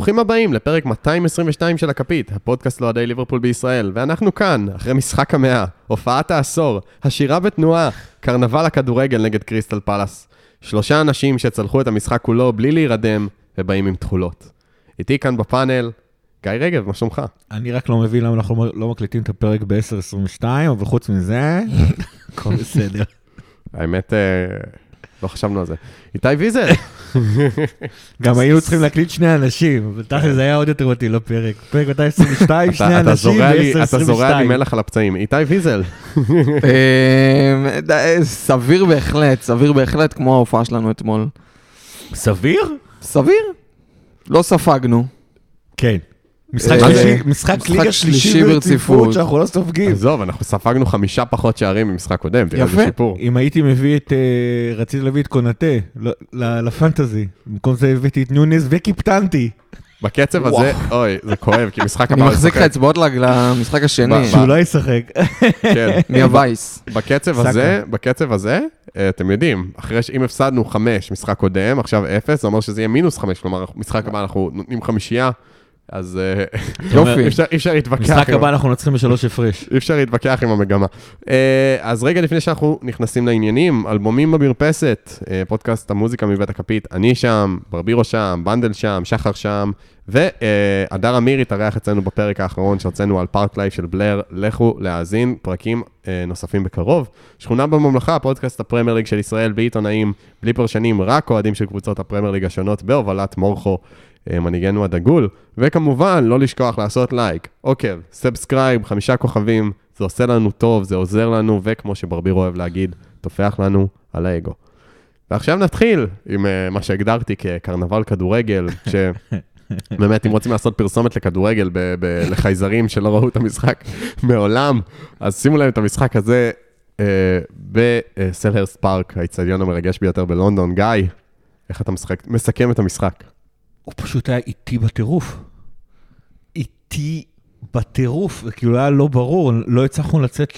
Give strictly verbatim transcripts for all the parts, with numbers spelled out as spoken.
ברוכים הבאים לפרק מאתיים עשרים ושתיים של הכפית, הפודקאסט לאוהדי ליברפול בישראל, ואנחנו כאן, אחרי משחק המאה, הופעת העשור, השירה בתנועה, קרנבל הכדורגל נגד קריסטל פלאס. שלושה אנשים שצלחו את המשחק כולו בלי להירדם, ובאים עם תחולות. איתי כאן בפאנל, גיא רגב, מה שלומך? אני רק לא מבין למה אנחנו לא מקליטים את הפרק ב-עשר עשרים ושתיים, אבל חוץ מזה, הכל בסדר. האמת, לא חשבנו על זה. איתי ויזל. גם היינו צריכים להקליט שני אנשים, אבל תכף זה היה עוד יותר אותי לפרק. פרק מאתיים עשרים ושתיים, שני אנשים ב-עשר עשרים ושתיים. אתה זורע לי מלח על הפצעים. איתי ויזל. סביר בהחלט, סביר בהחלט, כמו ההופעה שלנו אתמול. סביר? סביר. לא ספגנו. כן. משחק ליגה שלישי ברציפות שאנחנו לא סופגים. עזוב, אנחנו ספגנו חמישה פחות שערים ממשחק קודם, תראה איזה שיפור. אם הייתי מביא את, רציתי להביא את קונטה לפנטזי, במקום זה הבאתי את ניונס וקיפטנתי. בקצב הזה, אוי, זה כואב, כי משחק הבא... אני מחזיק לך אצבעות למשחק השני. שהוא לא ישחק. כן. מהווייס. בקצב הזה, בקצב הזה, אתם יודעים, אחרי שאם הפסדנו חמש משחק קודם, עכשיו אפס, זה אומר שזה יהיה מינוס חמש, כלומר, משחק הבא אנחנו נותנים חמישייה, אז יופי. אי אפשר להתווכח. משחק הבא אנחנו נצחים בשלוש הפרש. אי אפשר להתווכח עם המגמה. אז רגע לפני שאנחנו נכנסים לעניינים, אלבומים במרפסת, פודקאסט המוזיקה מבית הכפית, אני שם, ברבירו שם, בנדל שם, שחר שם, והדר אמיר התארח אצלנו בפרק האחרון שהוצאנו על פארק לייב של בלר, לכו להאזין, פרקים נוספים בקרוב. שכונה בממלכה, פודקאסט הפרמייר ליג של ישראל, בעיתונאים, בלי פרשנים, רק אוהדים של קבוצות הפרמייר ליג השונות, בהובלת מורחו, מנהיגנו הדגול, וכמובן לא לשכוח לעשות לייק, עוקב, סאבסקרייב, חמישה כוכבים, זה עושה לנו טוב, זה עוזר לנו, וכמו שברביר אוהב להגיד, תופח לנו על האגו. ועכשיו נתחיל עם מה שהגדרתי כקרנבל כדורגל, שבאמת אם רוצים לעשות פרסומת לכדורגל לחייזרים שלא ראו את המשחק מעולם, אז שימו להם את המשחק הזה בסלהרסט פארק, האצטדיון המרגש ביותר בלונדון. גיא, איך אתה מסכם את המשחק? הוא פשוט היה איטי בטירוף. איטי בטירוף, כאילו היה לא ברור, לא הצלחנו לצאת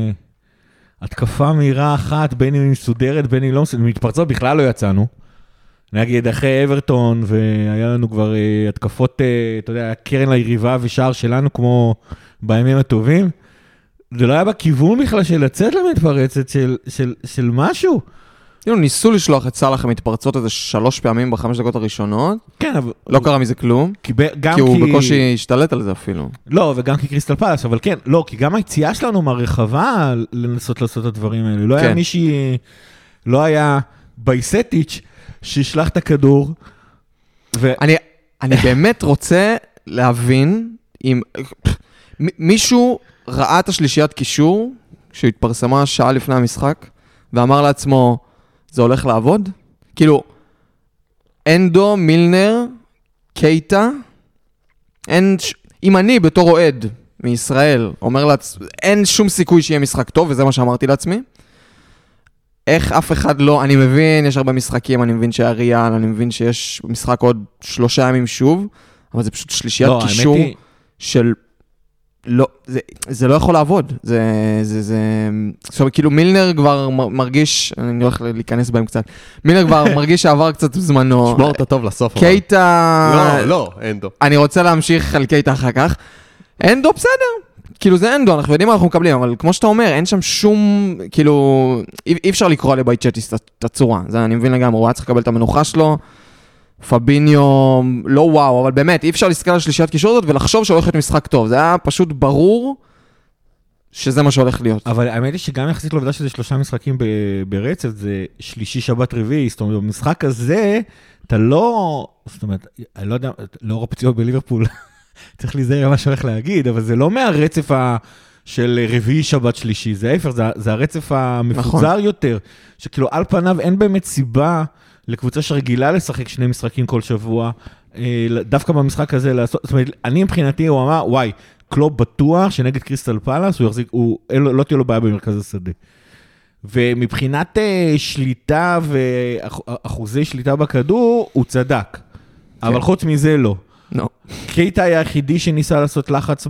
להתקפה מהירה אחת, בין אם היא מסודרת, בין אם לא מסודרת, מתפרצות בכלל לא יצאנו. נגיד, אחרי אברטון, והיה לנו כבר התקפות, אתה יודע, קרן ליריבה ושער שלנו, כמו בימים הטובים. זה לא היה בכיוון בכלל של לצאת למתפרצת של, של, של משהו. ניסו לשלוח את סלאח המתפרצות איזה שלוש פעמים בחמש דקות הראשונות. כן, אבל... לא קרה מזה כלום. כי הוא בקושי השתלט על זה אפילו. לא, וגם כי קריסטל פלאס, אבל כן, לא, כי גם היציאה שלנו מהרחבה לנסות לעשות את הדברים האלה. לא היה מישהי, לא היה בייסטיץ' שישלח את הכדור. אני באמת רוצה להבין אם מישהו ראה את השלישיית קישור, שהתפרסמה שעה לפני המשחק, ואמר לעצמו, זה הולך לעבוד? כאילו, אנדו, מילנר, קייטה, אין, אם אני בתור אוהד מישראל אומר לעצמי, אין שום סיכוי שיהיה משחק טוב, וזה מה שאמרתי לעצמי. איך אף אחד לא, אני מבין, יש הרבה משחקים, אני מבין שהיה ריאל, אני מבין שיש משחק עוד שלושה ימים שוב, אבל זה פשוט שלישיית לא, קישור היא... של... לא, זה, זה לא יכול לעבוד. זה, זה, זה, זאת אומרת, כאילו מילנר כבר מרגיש, אני הולך להיכנס בהם קצת, מילנר כבר מרגיש שעבר קצת זמנו. שמור אותה טוב לסוף. קייטה... לא, לא, אנדו. אני רוצה להמשיך על קייטה אחר כך. אנדו בסדר. כאילו זה אנדו, אנחנו יודעים מה אנחנו מקבלים, אבל כמו שאתה אומר, אין שם שום, כאילו, אי, אי אפשר לקרוא לבייצ'טיס את הצורה. זה אני מבין לגמרי, הוא היה צריך לקבל את המנוחה שלו. פביניו, לא וואו, אבל באמת, אי אפשר להסתכל על שלישיית קישור הזאת ולחשוב שהולך להיות משחק טוב. זה היה פשוט ברור שזה מה שהולך להיות. אבל האמת היא שגם יחסית לעובדה שזה שלושה משחקים ברצף, זה שלישי, שבת, רביעי, זאת אומרת, במשחק הזה, אתה לא, זאת אומרת, אני לא יודע, לא רפציעות בליברפול, צריך להיזהר מה שהולך להגיד, אבל זה לא מהרצף של רביעי, שבת, שלישי, זה ההפך, זה, זה הרצף המפוזר נכון. יותר, שכאילו על פניו אין באמת סיבה, לקבוצה שרגילה לשחק שני משחקים כל שבוע, דווקא במשחק הזה לעשות, זאת אומרת, אני מבחינתי, הוא אמר, וואי, קלופ בטוח שנגד קריסטל פלאס, הוא יחזיק, הוא, לא תהיה לו בעיה במרכז השדה. ומבחינת שליטה ואחוזי שליטה בכדור, הוא צדק. אבל חוץ מזה לא. לא. קייטה היה היחידי שניסה לעשות לחץ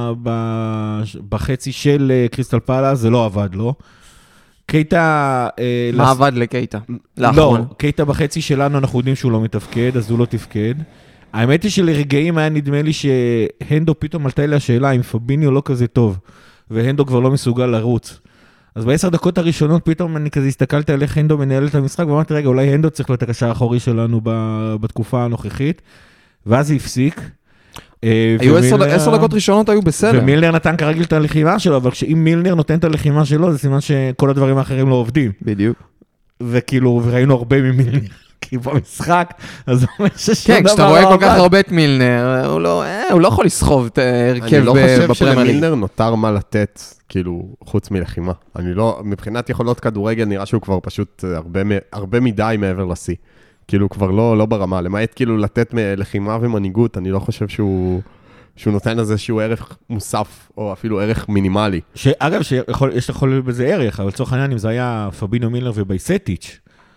בחצי של קריסטל פלאס, זה לא עבד לו. קייטה... מה עבד לקייטה? לא, קייטה בחצי שלנו אנחנו יודעים שהוא לא מתפקד, אז הוא לא תפקד. האמת היא שלרגעים היה נדמה לי שהנדו פתאום עלתה לי השאלה אם פביניו לא כזה טוב, והנדו כבר לא מסוגל לרוץ. אז בעשר דקות הראשונות פתאום אני כזה הסתכלתי על איך הנדו מנהל את המשחק, ואמרתי, רגע, אולי הנדו צריך להיות הקשר האחורי שלנו בתקופה הנוכחית, ואז זה הפסיק. היו עשר דקות ראשונות היו בסדר. ומילנר נתן כרגיל את הלחימה שלו, אבל אם מילנר נותן את הלחימה שלו, זה סימן שכל הדברים האחרים לא עובדים. בדיוק. וכאילו, וראינו הרבה ממילנר. כי במשחק, אז הוא אומר ששום דבר כן, כשאתה רואה כל כך הרבה את מילנר, הוא לא יכול לסחוב את הרכב בפרמייר ליג. אני לא חושב שלמילנר נותר מה לתת, כאילו, חוץ מלחימה. אני לא, מבחינת יכולות כדורגל, נראה שהוא כבר פשוט הרבה מדי מעבר לשיא. כאילו, כבר לא ברמה. למעט כאילו לתת לחימה ומנהיגות, אני לא חושב שהוא... שהוא נותן איזשהו ערך מוסף, או אפילו ערך מינימלי. אגב, יש יכול בזה ערך, אבל צורך העניין, אם זה היה פבינו מילנר ובייסטיץ',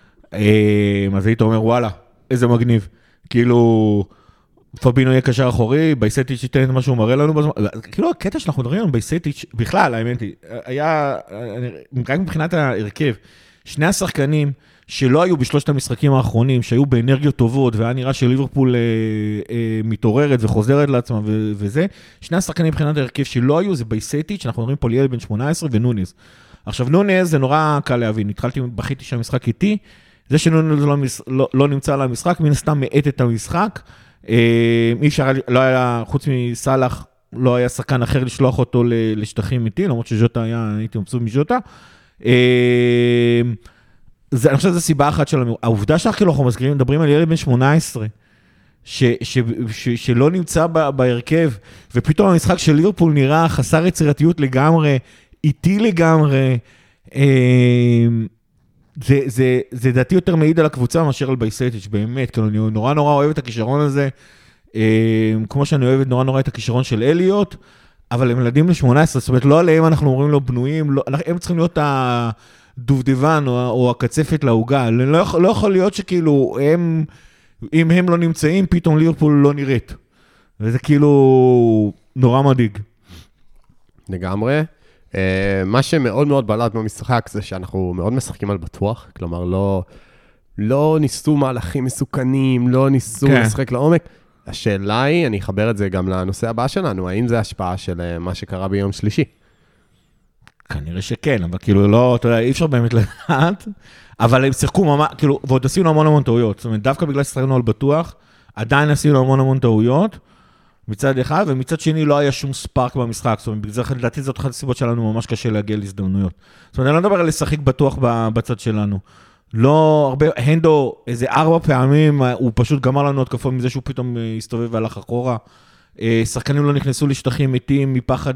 אז היית אומר, וואלה, איזה מגניב. כאילו, פבינו יהיה קשר אחורי, בייסטיץ' ייתן את מה שהוא מראה לנו בזמן. כאילו, הקטע שאנחנו מדברים על בייסטיץ', בכלל, האמת היא, היה, רק מבחינת ההרכב, שני השחקנים שלא היו בשלושת המשחקים האחרונים, שהיו באנרגיות טובות, והיה נראה שליברפול אה, אה, מתעוררת וחוזרת לעצמה ו- וזה, שני השחקנים מבחינת ההרכב שלא היו, זה בייסטיץ', שאנחנו מדברים פה ליאל בן שמונה עשרה ונונז. עכשיו, נונז זה נורא קל להבין, התחלתי, בכיתי שהמשחק איתי, זה שנונז לא, לא, לא נמצא על המשחק, מן הסתם מעט את המשחק, אה, אי אפשר, לא היה, חוץ מסלח, לא היה שחקן אחר לשלוח אותו לשטחים איתי, למרות שז'וטה היה, הייתי מבסוט מז'וטה, אה, זה, אני חושב שזו סיבה אחת שלנו. העובדה שאנחנו כאילו אנחנו מזכירים, מדברים על ילד בן שמונה עשרה, ש, ש, ש, שלא נמצא ב, בהרכב, ופתאום המשחק של ליברפול נראה חסר יצירתיות לגמרי, איטי לגמרי, אה, זה, זה, זה דעתי יותר מעיד על הקבוצה מאשר על בייסטיץ', באמת, כאילו אני נורא נורא אוהב את הכישרון הזה, אה, כמו שאני אוהב נורא נורא את הכישרון של אליות, אבל הם ילדים ל-שמונה עשרה, זאת אומרת, לא עליהם אנחנו אומרים לו בנויים, לא, הם צריכים להיות ה... דובדבן או, או הקצפת להוגה, לא, יכול, לא יכול להיות שכאילו הם, אם הם לא נמצאים, פתאום ליברפול לא נראית. וזה כאילו נורא מדאיג. לגמרי. Uh, מה שמאוד מאוד בלט במשחק זה שאנחנו מאוד משחקים על בטוח, כלומר לא, לא ניסו מהלכים מסוכנים, לא ניסו כן. לשחק לעומק. השאלה היא, אני אחבר את זה גם לנושא הבא שלנו, האם זה השפעה של מה שקרה ביום שלישי? כנראה שכן, אבל כאילו לא, אתה יודע, אי אפשר באמת לדעת, אבל הם שיחקו ממש, כאילו, ועוד עשינו המון המון טעויות, זאת אומרת, דווקא בגלל ששחקנו על בטוח, עדיין עשינו המון המון טעויות, מצד אחד, ומצד שני לא היה שום ספארק במשחק, זאת אומרת, בגלל זה, לדעתי זאת אחת הסיבות שלנו ממש קשה להגיע להזדמנויות. זאת אומרת, אני לא מדבר על לשחק בטוח בצד שלנו. לא הרבה, הנדו איזה ארבע פעמים, הוא פשוט גמר לנו התקפות מזה שהוא פתאום הסתובב והלך אחורה. שחקנים לא נכנסו לשטחים מתים מפחד,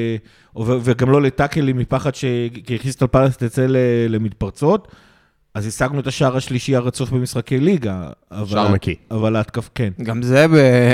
וגם לא לטאקלים מפחד שכריסטל פלאס תצא למתפרצות, אז השגנו את השער השלישי הרצוף במשחקי ליגה. שער נקי. אבל להתקף כן. גם זה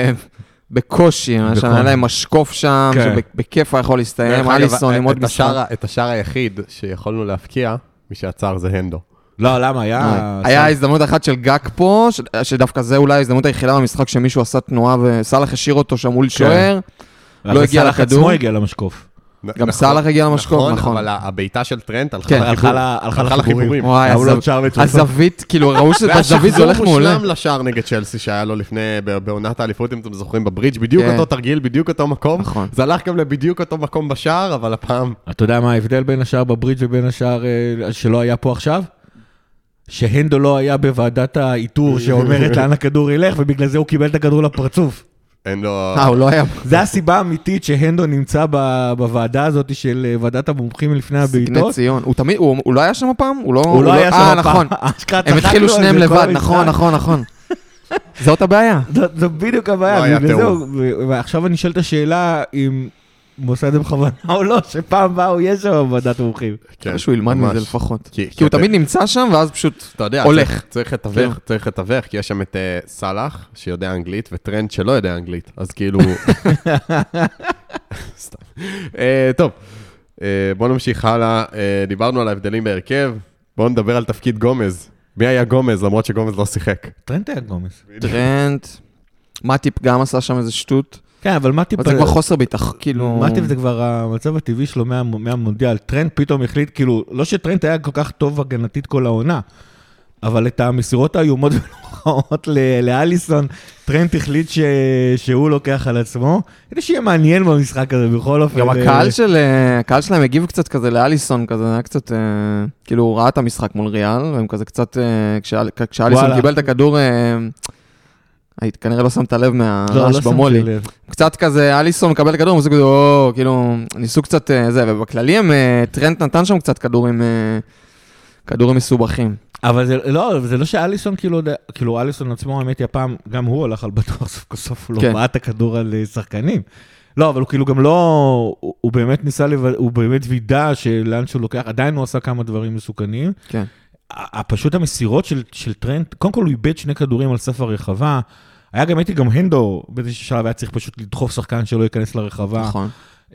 בקושי, היה להם משקוף שם, שבכיף יכול להסתיים, אליסון עם עוד משחק. את השער היחיד שיכולנו להפקיע, מי שעצר זה הנדו. לא, למה? היה... היה הזדמנות אחת של גג פה, שדווקא זה אולי ההזדמנות היחידה במשחק שמישהו עשה תנועה וסלח השאיר אותו שם מול שוער, לא הגיע לכדור. סלח עצמו הגיע למשקוף. גם סלח הגיע למשקוף, נכון. אבל הביתה של טרנט הלכה לחיבורים. הזווית, כאילו ראו שבזווית זה הולך מעולה. זה היה שחזור מושלם לשער נגד צ'לסי שהיה לו לפני, בעונת האליפות, אם אתם זוכרים, בברידג', בדיוק אותו תרגיל, בדיוק אותו מקום. זה הלך גם לבדיוק אותו מקום בשער, אבל הפעם... אתה יודע מה ההבדל בין השער בברידג' ובין השער שלא היה פה עכשיו? שהנדו לא היה בוועדת האיתור שאומרת לאן הכדור ילך, ובגלל זה הוא קיבל את הכדור לפרצוף. אין לו... אה, הוא לא היה... זה הסיבה האמיתית שהנדו נמצא בוועדה הזאת של ועדת המומחים לפני הבעיטות. סגני ציון. הוא תמיד, הוא לא היה שם הפעם? הוא לא היה שם הפעם. נכון. הם התחילו שניהם לבד, נכון, נכון, נכון. זאת הבעיה. זו בדיוק הבעיה. ועכשיו אני שואל את השאלה אם... מוסד בכוונה או לא, שפעם באה הוא יהיה שם בוועדת מומחים. שהוא ילמד מזה לפחות. כי הוא תמיד נמצא שם, ואז פשוט הולך. צריך לתווך, צריך לתווך, כי יש שם את סלח, שיודע אנגלית, וטרנד שלא יודע אנגלית. אז כאילו... סתם. טוב, בואו נמשיך הלאה. דיברנו על ההבדלים בהרכב. בואו נדבר על תפקיד גומז. מי היה גומז, למרות שגומז לא שיחק? טרנד היה גומז. טרנד. מטיפ גם עשה שם איזה שטות. כן, אבל מטיפ... זה כבר חוסר ביטח, כאילו... מטיפ זה כבר המצב הטבעי שלו מהמונדיאל. טרנד פתאום החליט, כאילו, לא שטרנד היה כל כך טוב הגנתית כל העונה, אבל את המסירות האיומות ולוחאות לאליסון, טרנט החליט שהוא לוקח על עצמו. כדי שיהיה מעניין במשחק הזה, בכל אופן. גם הקהל שלהם הגיב קצת כזה לאליסון, כזה היה קצת, כאילו הוא ראה את המשחק מול ריאל, והם כזה קצת, כשאליסון קיבל את הכדור, כנראה לא שמת לב מהרעש במולי. קצת כזה, אליסון מקבל את הכדור, וזה כזה, כאילו, ניסו קצת זה, ובכללי הם, טרנט נתן שם קצת כדורים, כדורים מסובכים. אבל זה לא, זה לא שאליסון, כאילו, כאילו, אליסון עצמו, האמת היא הפעם, גם הוא הולך על בטוח, סוף כסוף, הוא לא בעט הכדור על שחקנים. לא, אבל הוא כאילו גם לא, הוא באמת ניסה, הוא באמת וידע שלאן שהוא לוקח, עדיין הוא עשה כמה דברים מסוכנים. כן. פשוט המסירות של, של טרנט, קודם כל הוא איבד שני כדורים על סף הרחבה, היה גם, הייתי גם הנדו, באיזשהו שלב היה צריך פשוט לדחוף שחקן שלא ייכנס לרחבה. נכון.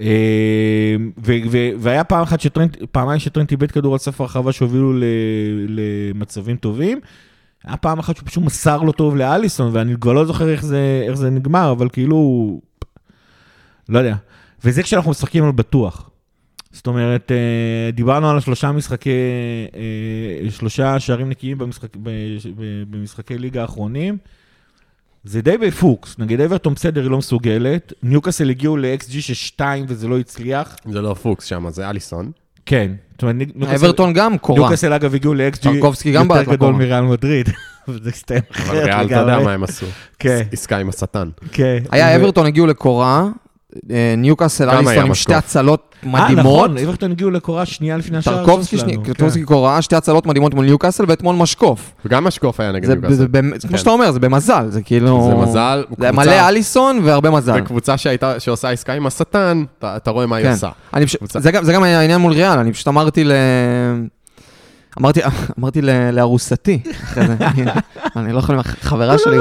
והיה פעם אחת שטרנט, פעמיים שטרנט איבד כדור על סף הרחבה שהובילו למצבים טובים, היה פעם אחת שהוא פשוט מסר לו טוב לאליסון, ואני כבר לא זוכר איך זה, איך זה נגמר, אבל כאילו, לא יודע. וזה כשאנחנו משחקים על בטוח. זאת אומרת, דיברנו על השלושה משחקי, שלושה שערים נקיים במשחק, במשחקי ליגה האחרונים, זה די בפוקס, נגיד אברטון בסדר היא לא מסוגלת, ניוקאסל הגיעו ל-אקס ג'י של שתיים וזה לא הצליח. זה לא פוקס שם, זה אליסון. כן. אברטון גם קורה. ניוקאסל אגב הגיעו ל-אקס ג'י יותר גדול מריאל מדריד. וזה הסתיים אחרת. אבל ריאל אתה יודע מה הם עשו. עסקה עם השטן. היה אברטון הגיעו לקורה, ניוקאסל אליסון עם שתי הצלות מדהימות. נכון, אברטון הגיעו לקורה שנייה לפני השער שלנו. טרקובסקי קורה, שתי הצלות מדהימות מול ניוקאסל, ואתמול משקוף. וגם משקוף היה נגד ניוקאסל. כמו שאתה אומר, זה במזל, זה כאילו... זה מזל. זה מלא אליסון והרבה מזל. וקבוצה שעושה עסקה עם השטן, אתה רואה מה היא עושה. זה גם העניין מול ריאל, אני פשוט אמרתי ל... אמרתי, אמרתי לארוסתי, אחרי זה, אני לא יכול עם החברה שלי,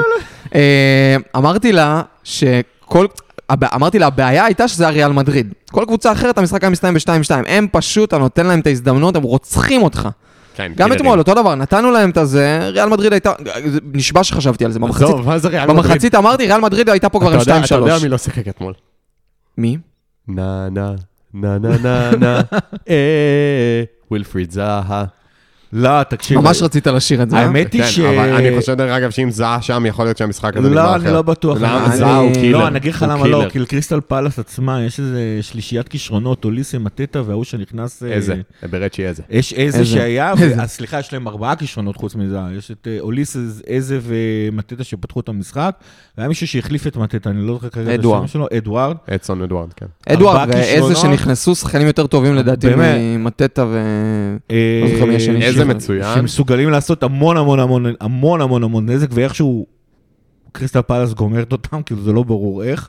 אמרתי לה שכל... אמרתי לה, הבעיה הייתה שזה היה ריאל מדריד. כל קבוצה אחרת, המשחק היה מסתיים ב-שתיים שתיים. הם פשוט, אתה נותן להם את ההזדמנות, הם רוצחים אותך. גם אתמול, אותו דבר, נתנו להם את הזה, ריאל מדריד הייתה, נשבע שחשבתי על זה, במחצית אמרתי, ריאל מדריד הייתה פה כבר עם שתיים שלוש. אתה יודע מי לא שיחק אתמול? מי? נה נה, נה נה נה נה, אה, ווילפריד זאהה. לא, תקשיב. ממש רצית לשיר את זה. האמת היא ש... אבל אני חושב דרך אגב שאם זהה שם, יכול להיות שהמשחק הזה נגמר אחר. לא, אני לא בטוח. זהה הוא קילר. לא, אני אגיד לך למה לא, כי לקריסטל פלאס עצמה, יש איזה שלישיית כישרונות, אוליסה, מטטה, והוא שנכנס... איזה? ברצ'י איזה. יש איזה שהיה, סליחה, יש להם ארבעה כישרונות חוץ מזה. יש את אוליסה, איזה ומטטה שפתחו את המשחק, והיה מישהו שהחליף את מטטה, אני לא זוכר כרגע את השם שלו, אדוארד. אדסון אדוארד, כן. אדוארד, ואיזה שנכנסו שחקנים יותר טובים לדעתי ממטטה ו... איזה מצוין. שמסוגלים לעשות המון המון המון המון המון המון נזק, ואיכשהו קריסטל פלאס גומרת אותם, כאילו זה לא ברור איך.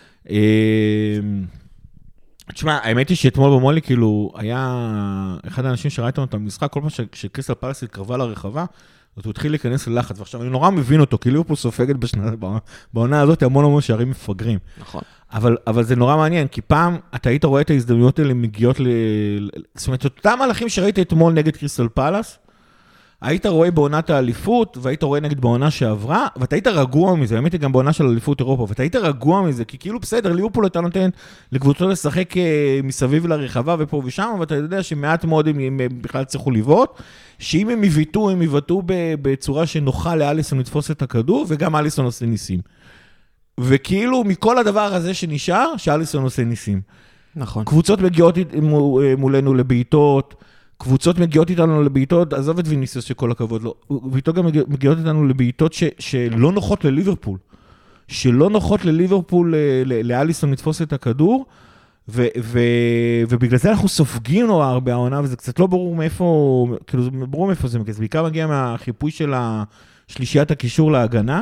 תשמע, האמת היא שאתמול במולי, כאילו, היה אחד האנשים שראה איתנו את המשחק, כל פעם שקריסטל פלאס התקרבה לרחבה, אז הוא התחיל להיכנס ללחץ, ועכשיו אני נורא מבין אותו, כי ליברפול סופגת בעונה הזאת המון המון שערים מפגרים. נכון. אבל, אבל זה נורא מעניין, כי פעם אתה היית רואה את ההזדמנויות האלה מגיעות ל... זאת אומרת, אותם מהלכים שראית אתמול נגד קריסטל פלאס, היית רואה בעונת האליפות, והיית רואה נגד בעונה שעברה, ואתה היית רגוע מזה, האמת היא גם בעונה של אליפות אירופה, ואתה היית רגוע מזה, כי כאילו בסדר, ליברפול אתה נותן לקבוצות לשחק מסביב לרחבה ופה ושם, ואתה יודע שמעט מאוד הם בכלל צריכו לבעוט, שאם הם יביטו, הם יבטאו בצורה שנוחה לאליסון לתפוס את הכדור, וגם אליסון עושה ניסים. וכאילו מכל הדבר הזה שנשאר, שאליסון עושה ניסים. נכון. קבוצות מגיעות מולנו לבעיטות, קבוצות מגיעות איתנו לבעיטות, עזוב את ויניסיוס שכל הכבוד לו, בעיטות גם מגיעות איתנו לבעיטות ש, שלא נוחות לליברפול, שלא נוחות לליברפול, לאליסון לתפוס את הכדור, ו, ו, ובגלל זה אנחנו סופגים נורא הרבה העונה, וזה קצת לא ברור מאיפה, כאילו זה ברור מאיפה זה מגיע, זה בעיקר מגיע מהחיפוי של השלישיית הקישור להגנה,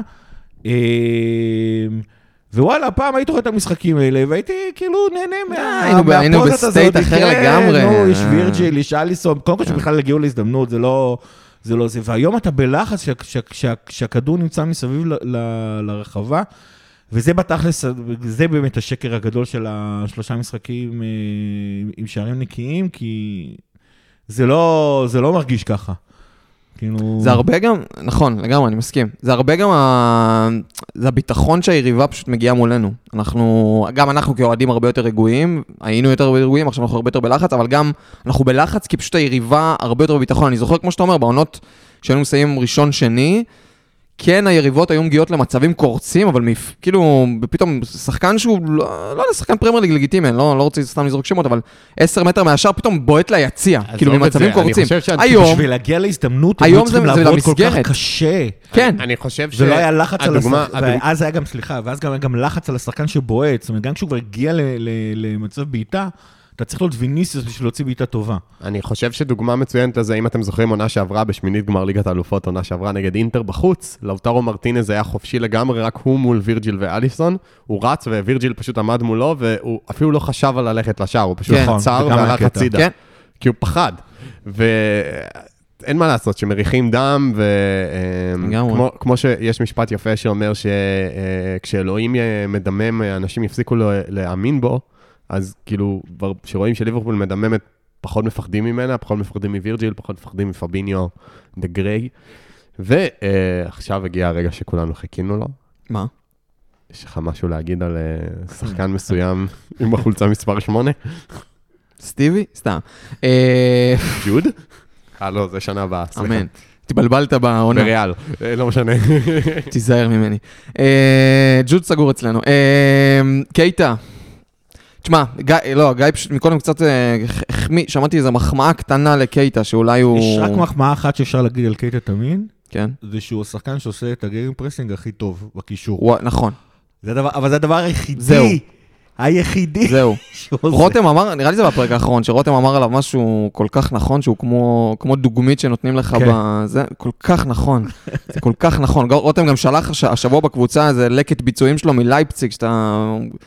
ווואלה, פעם הייתי רואה את המשחקים האלה, והייתי כאילו נהנה היינו בסטייט אחר לגמרי. יש וירג'יל, יש אליסון, קודם כל שבכלל הגיעו להזדמנות, זה לא זה. והיום אתה בלחץ שהכדור נמצא מסביב לרחבה, וזה בתכלס, זה באמת השקר הגדול של השלושה משחקים עם שערים נקיים, כי זה לא מרגיש ככה. זה הרבה גם, נכון, לגמרי, אני מסכים. זה הרבה גם, זה הביטחון שהיריבה פשוט מגיעה מולנו. אנחנו, גם אנחנו כאוהדים הרבה יותר רגועים, היינו יותר רגועים, עכשיו אנחנו הרבה יותר בלחץ, אבל גם אנחנו בלחץ כי פשוט היריבה הרבה יותר בביטחון. אני זוכר, כמו שאתה אומר, בעונות כשהיינו מסיים ראשון שני, כן, היריבות היו מגיעות למצבים קורצים, אבל מפ... כאילו, פתאום שחקן שהוא, לא, לא יודע, שחקן פרמייר ליג לגיטימי, אני לא, לא רוצה סתם לזרוק שמות, אבל עשר מטר מהשאר פתאום בועט ליציע, כאילו ממצבים קורצים. היום, בשביל להגיע להזדמנות, היום זה, זה למסגרת. כל כך קשה. כן. אני חושב ש... זה לא היה לחץ על הדוגמה, השחקן, הדוג... ואז היה גם, סליחה, ואז גם היה גם לחץ על השחקן שבועט, זאת אומרת, גם כשהוא כבר הגיע ל... ל... למצב בעיטה, אתה צריך להיות ויניסיוס בשביל להוציא בעיטה טובה. אני חושב שדוגמה מצוינת לזה, אם אתם זוכרים עונה שעברה בשמינית גמר ליגת האלופות, עונה שעברה נגד אינטר בחוץ, לאוטרו מרטינז היה חופשי לגמרי, רק הוא מול וירג'יל ואליסון, הוא רץ ווירג'יל פשוט עמד מולו, והוא אפילו לא חשב על ללכת לשער, הוא פשוט עצר והלך הצידה, כי הוא פחד. ואין מה לעשות, שמריחים דם, וכמו שיש משפט יפה שאומר שכשאלוהים מדמם, אנשים יפסיקו להאמין בו, אז כאילו, שרואים שליברפול מדממת, פחות מפחדים ממנה, פחות מפחדים מווירג'יל, פחות מפחדים מפביניו, דה גריי. ועכשיו הגיע הרגע שכולנו חיכינו לו. מה? יש לך משהו להגיד על שחקן מסוים עם החולצה מספר שמונה? סטיבי? סתם. ג'וד? אה, לא, זה שנה הבאה. אמן. תבלבלת בעונה. בריאל, לא משנה. תיזהר ממני. ג'וד סגור אצלנו. קייטה. תשמע, גיא, לא, גיא פשוט מקודם קצת החמיא, שמעתי איזו מחמאה קטנה לקייטה, שאולי הוא... יש רק מחמאה אחת שאפשר להגיד על קייטה תמיד, כן. זה שהוא השחקן שעושה את הגיימינג פרסינג הכי טוב בקישור. נכון. זה דבר, אבל זה הדבר היחידי. זהו. היחידי. זהו. רותם אמר, נראה לי זה בפרק האחרון, שרותם אמר עליו משהו כל כך נכון, שהוא כמו, כמו דוגמית שנותנים לך כן. בזה, כל כך נכון. זה כל כך נכון. רותם גם שלח השבוע בקבוצה איזה לקט ביצועים שלו מלייפציג, שאתה...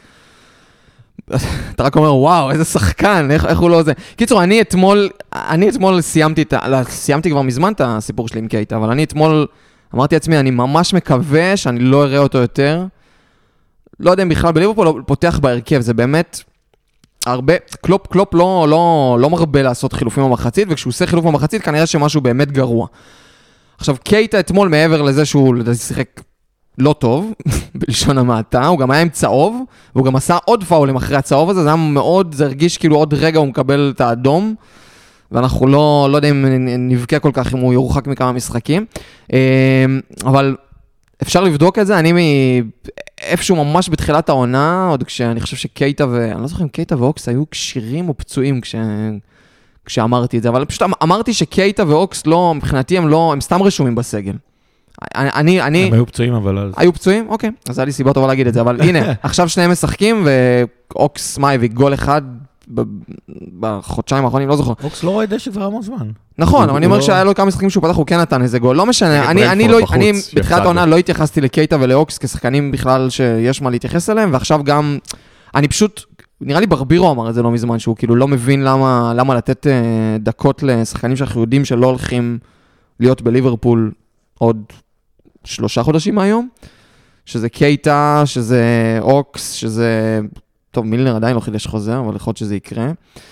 אתה רק אומר, וואו, איזה שחקן, איך, איך הוא לא זה. קיצור, אני אתמול, אני אתמול סיימתי, לא, סיימתי כבר מזמן את הסיפור שלי עם קייטה, אבל אני אתמול אמרתי לעצמי, אני ממש מקווה שאני לא אראה אותו יותר. לא יודע אם בכלל בליברפול לא פותח בהרכב, זה באמת הרבה, קלופ, קלופ לא, לא, לא מרבה לעשות חילופים במחצית, וכשהוא עושה חילוף במחצית, כנראה שמשהו באמת גרוע. עכשיו, קייטה אתמול, מעבר לזה שהוא לדעתי שיחק לא טוב, בלשון המעטה, הוא גם היה עם צהוב, והוא גם עשה עוד פאולים אחרי הצהוב הזה, זה היה מאוד, זה הרגיש כאילו עוד רגע הוא מקבל את האדום, ואנחנו לא, לא יודע אם נבקע כל כך אם הוא יורחק מכמה משחקים, אבל אפשר לבדוק את זה, אני מאיפשהו ממש בתחילת העונה, עוד כשאני חושב שקייטה ו... אני לא זוכר אם קייטה ואוקס היו קשירים או פצועים כש... כשאמרתי את זה, אבל פשוט אמרתי שקייטה ואוקס לא, מבחינתי הם לא, הם סתם רשומים בסגל. אני, אני... הם היו פצועים, אבל אז... היו פצועים? אוקיי. אז היה לי סיבה טובה להגיד את זה, אבל הנה, עכשיו שניהם משחקים, ואוקס מאי וגול אחד בחודשיים האחרונים, לא זוכר. אוקס לא רואה דשא כבר המון זמן. נכון, אבל אני אומר שהיה לו כמה משחקים שהוא פתח, הוא כן נתן איזה גול. לא משנה, אני בתחילת העונה לא התייחסתי לקייטה ולאוקס כשחקנים בכלל שיש מה להתייחס אליהם, ועכשיו גם, אני פשוט, נראה לי ברבירו אמר את זה לא מזמן, שהוא כאילו לא מבין למה, למה לתת דקות לשחקנים שאנחנו יודעים שלא הולכים להיות בליברפול עוד שלושה חודשים מהיום, שזה קייטה, שזה אוקס, שזה... טוב, מילנר עדיין לא חידש חוזר, אבל יכול להיות שזה יקרה.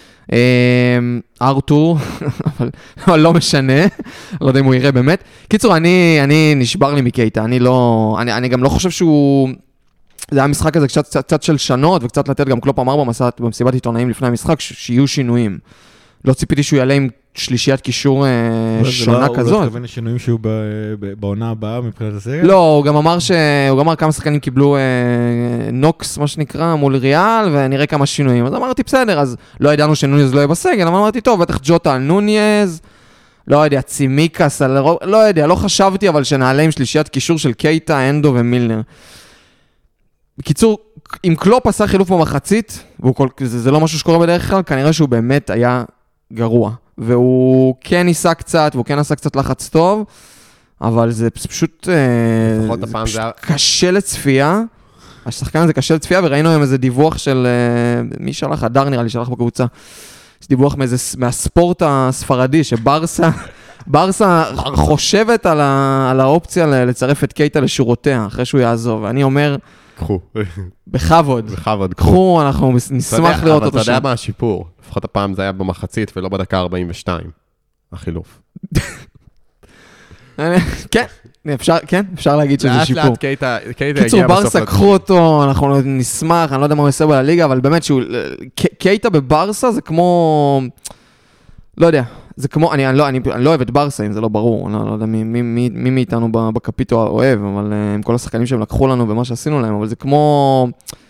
ארתור, אבל, אבל לא משנה, לא יודע אם הוא יראה באמת. קיצור, אני, אני נשבר לי מקייטה, אני לא... אני, אני גם לא חושב שהוא... זה היה משחק הזה קצת, קצת, קצת של שנות, וקצת לתת גם קלופ אמר במסעת, במסיבת עיתונאים לפני המשחק, שיהיו שינויים. לא ציפיתי שהוא יעלה עם שלישיית קישור שונה כזאת. הוא לא התכוון לשינויים שהוא בעונה הבאה מבחינת הסגל? לא, הוא גם אמר שהוא גם אמר כמה שחקנים קיבלו נוקס, מה שנקרא, מול ריאל, ונראה כמה שינויים. אז אמרתי, בסדר, אז לא ידענו שנוניז לא יהיה בסגל, אבל אמרתי, טוב, בטח ג'וטה על נוניז, לא יודע, צימיקס, לא יודע, לא חשבתי, אבל שנעלה עם שלישיית קישור של קייטה, אנדו ומילנר. בקיצור, אם קלופ עשה חילוף במחצית, זה לא משהו שקורה בדרך כלל, כנראה שהוא באמת היה גרוע. והוא כן ניסה קצת, והוא כן עשה קצת לחץ טוב, אבל זה פשוט, זה פשוט קשה לצפייה. השחקן הזה קשה לצפייה, וראינו היום איזה דיווח של, מי שלח? הדר נראה לי שלח בקבוצה. יש דיווח מהספורט הספרדי, שברסה, ברסה חושבת על, על האופציה לצרף את קייטה לשורותיה, אחרי שהוא יעזוב. ואני אומר, קחו. בכבוד. בכבוד, קחו, אנחנו נשמח לראות אותו שם. אבל אתה יודע מה השיפור? לפחות הפעם זה היה במחצית ולא בדקה ארבעים ושתיים. החילוף. כן, אפשר, כן, אפשר להגיד שזה שיפור. לאט לאט קייטה, קייטה קיצור, ברסה, קחו אותו, אנחנו נשמח, אני לא יודע מה הוא יעשה בליגה, אבל באמת שהוא, קייטה בברסה זה כמו, לא יודע, זה כמו, אני, אני, לא, אני, אני לא אוהב את ברסה, אם זה לא ברור, אני לא, לא יודע מי, מי, מי, מי מאיתנו בקפיטו אוהב, אבל עם כל השחקנים שהם לקחו לנו ומה שעשינו להם, אבל זה כמו,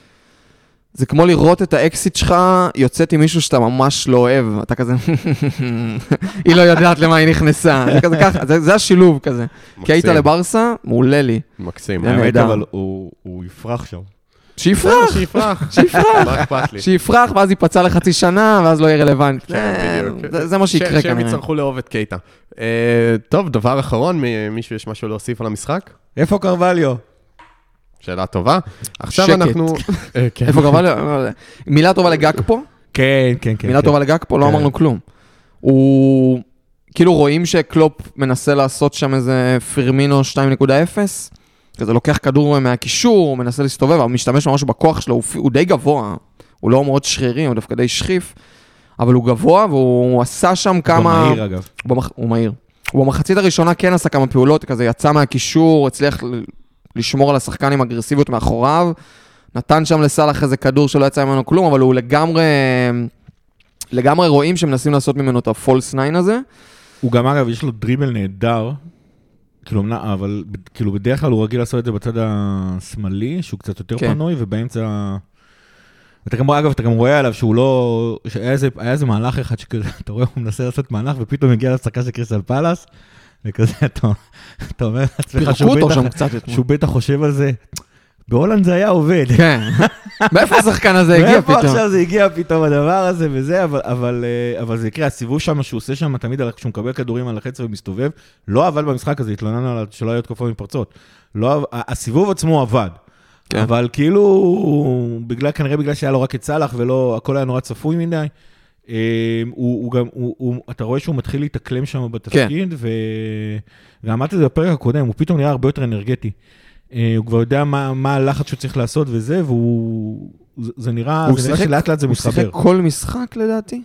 זה כמו לראות את האקסיט שלך, יוצאת עם מישהו שאתה ממש לא אוהב, אתה כזה, היא לא יודעת למה היא נכנסה, זה כזה ככה, זה, זה השילוב כזה. כי היית לברסה, מעולה לי. מקסים. האמת, אבל הוא, הוא יפרח שם. שיפרח, שיפרח, שיפרח, מה אכפת לי? שיפרח, ואז ייפצע לחצי שנה, ואז לא יהיה רלוונטי. כן, בדיוק. זה, זה מה שיקרה כנראה. שהם יצטרכו לאהוב את קייטה. טוב, דבר אחרון, מישהו יש משהו להוסיף על המשחק? איפה קרווליו? שאלה טובה. עכשיו שקט. אנחנו... איפה קרווליו? מילה טובה לגג פה? כן, כן, כן. מילה טובה לגג פה, לא אמרנו כלום. הוא... כאילו רואים שקלופ מנסה לעשות שם איזה פרמינו שתיים נקודה אפס, כזה לוקח כדור מהקישור, הוא מנסה להסתובב, אבל משתמש ממש בכוח שלו, הוא, הוא די גבוה, הוא לא מאוד שרירי, הוא דווקא די שחיף, אבל הוא גבוה, והוא עשה שם כמה... הוא מהיר אגב. הוא, במח... הוא מהיר. הוא במחצית הראשונה כן עשה כמה פעולות, כזה יצא מהקישור, הצליח לשמור על השחקן עם אגרסיביות מאחוריו, נתן שם לסלח איזה כדור שלא יצא ממנו כלום, אבל הוא לגמרי... לגמרי רואים שמנסים לעשות ממנו את הפולס ניין הזה. הוא גם אגב, יש לו דריבל נהדר, כאילו, אבל כאילו בדרך כלל הוא רגיל לעשות את זה בצד השמאלי, שהוא קצת יותר כן. פנוי, ובאמצע... אתה גם, אגב, אתה גם רואה עליו שהוא לא... שהיה איזה, היה איזה מהלך אחד שכזה, אתה רואה, הוא מנסה לעשות מהלך, ופתאום מגיע להפסקה של קריסטל פלאס, וכזה, אתה, אתה אומר לעצמך שהוא, שהוא בטח חושב על זה, בהולנד זה היה עובד. כן. מאיפה השחקן הזה הגיע פתאום? מאיפה עכשיו זה הגיע פתאום הדבר הזה וזה, אבל, אבל, אבל זה יקרה, הסיבוב שם שהוא עושה שם תמיד, כשהוא מקבל כדורים על החץ ומסתובב, לא עבד במשחק הזה, התלוננו עליו שלא היו תקופות מפרצות. לא, הסיבוב עצמו עבד. כן. אבל כאילו, בגלל, כנראה בגלל שהיה לו רק את סלח ולא, הכל היה נורא צפוי מדי, הוא, הוא גם, הוא, הוא, אתה רואה שהוא מתחיל להתאקלם שם בתפקיד, כן. ואמרתי את זה בפרק הקודם, הוא פתאום נראה הרבה יותר אנרגטי. הוא כבר יודע מה, מה הלחץ שהוא צריך לעשות וזה, והוא, זה נראה, זה נראה שלאט לאט זה מתחבר. הוא שיחק כל משחק לדעתי?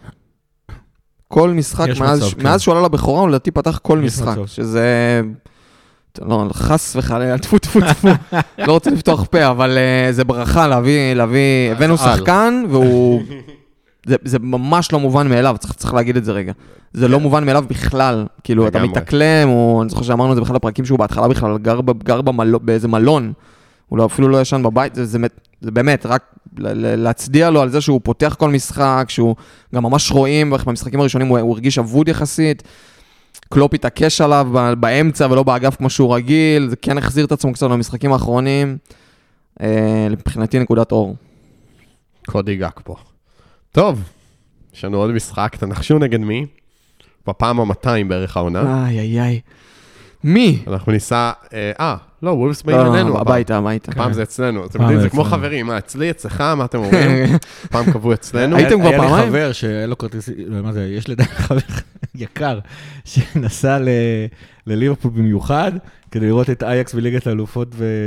כל משחק, מאז, מצב, מאז כן. שהוא עלה לבכורה, הוא לדעתי פתח כל משחק, מצב. שזה, לא, חס וחלילה, טפו טפו טפו, לא רוצה לפתוח פה, אבל uh, זה ברכה להביא, להביא, הבאנו שחקן, והוא, זה, זה ממש לא מובן מאליו, צריך, צריך להגיד את זה רגע. זה לא מובן מאליו בכלל, כאילו אתה מתאקלם, או אני זוכר שאמרנו את זה בכלל הפרקים שהוא בהתחלה בכלל גר, גר במלון, באיזה מלון, הוא לא, אפילו לא ישן בבית, זה, זה, זה באמת רק להצדיע לו על זה שהוא פותח כל משחק, שהוא גם ממש רואים, במשחקים הראשונים הוא, הוא הרגיש אבוד יחסית, קלופ התעקש עליו באמצע ולא באגף כמו שהוא רגיל, זה כן החזיר את עצמו קצת במשחקים האחרונים, אה, לבחינתי נקודת אור. קודי גג פה. טוב, יש לנו עוד משחק, תנחשו נגד מי? בפעם ה-מאתיים בערך העונה. איי, איי, איי. מי? אנחנו ניסע, אה, לא, וולפס באים אלינו. הביתה, הביתה. פעם זה אצלנו. אתם יודעים, זה כמו חברים. מה, אצלי, אצלך, מה אתם אומרים? פעם קבעו אצלנו. הייתם כבר פעמיים? היה לי חבר שהיה לו כרטיס, מה זה, יש לדעת חבר יקר, שנסע לליברפול במיוחד, כדי לראות את אייקס בליגת האלופות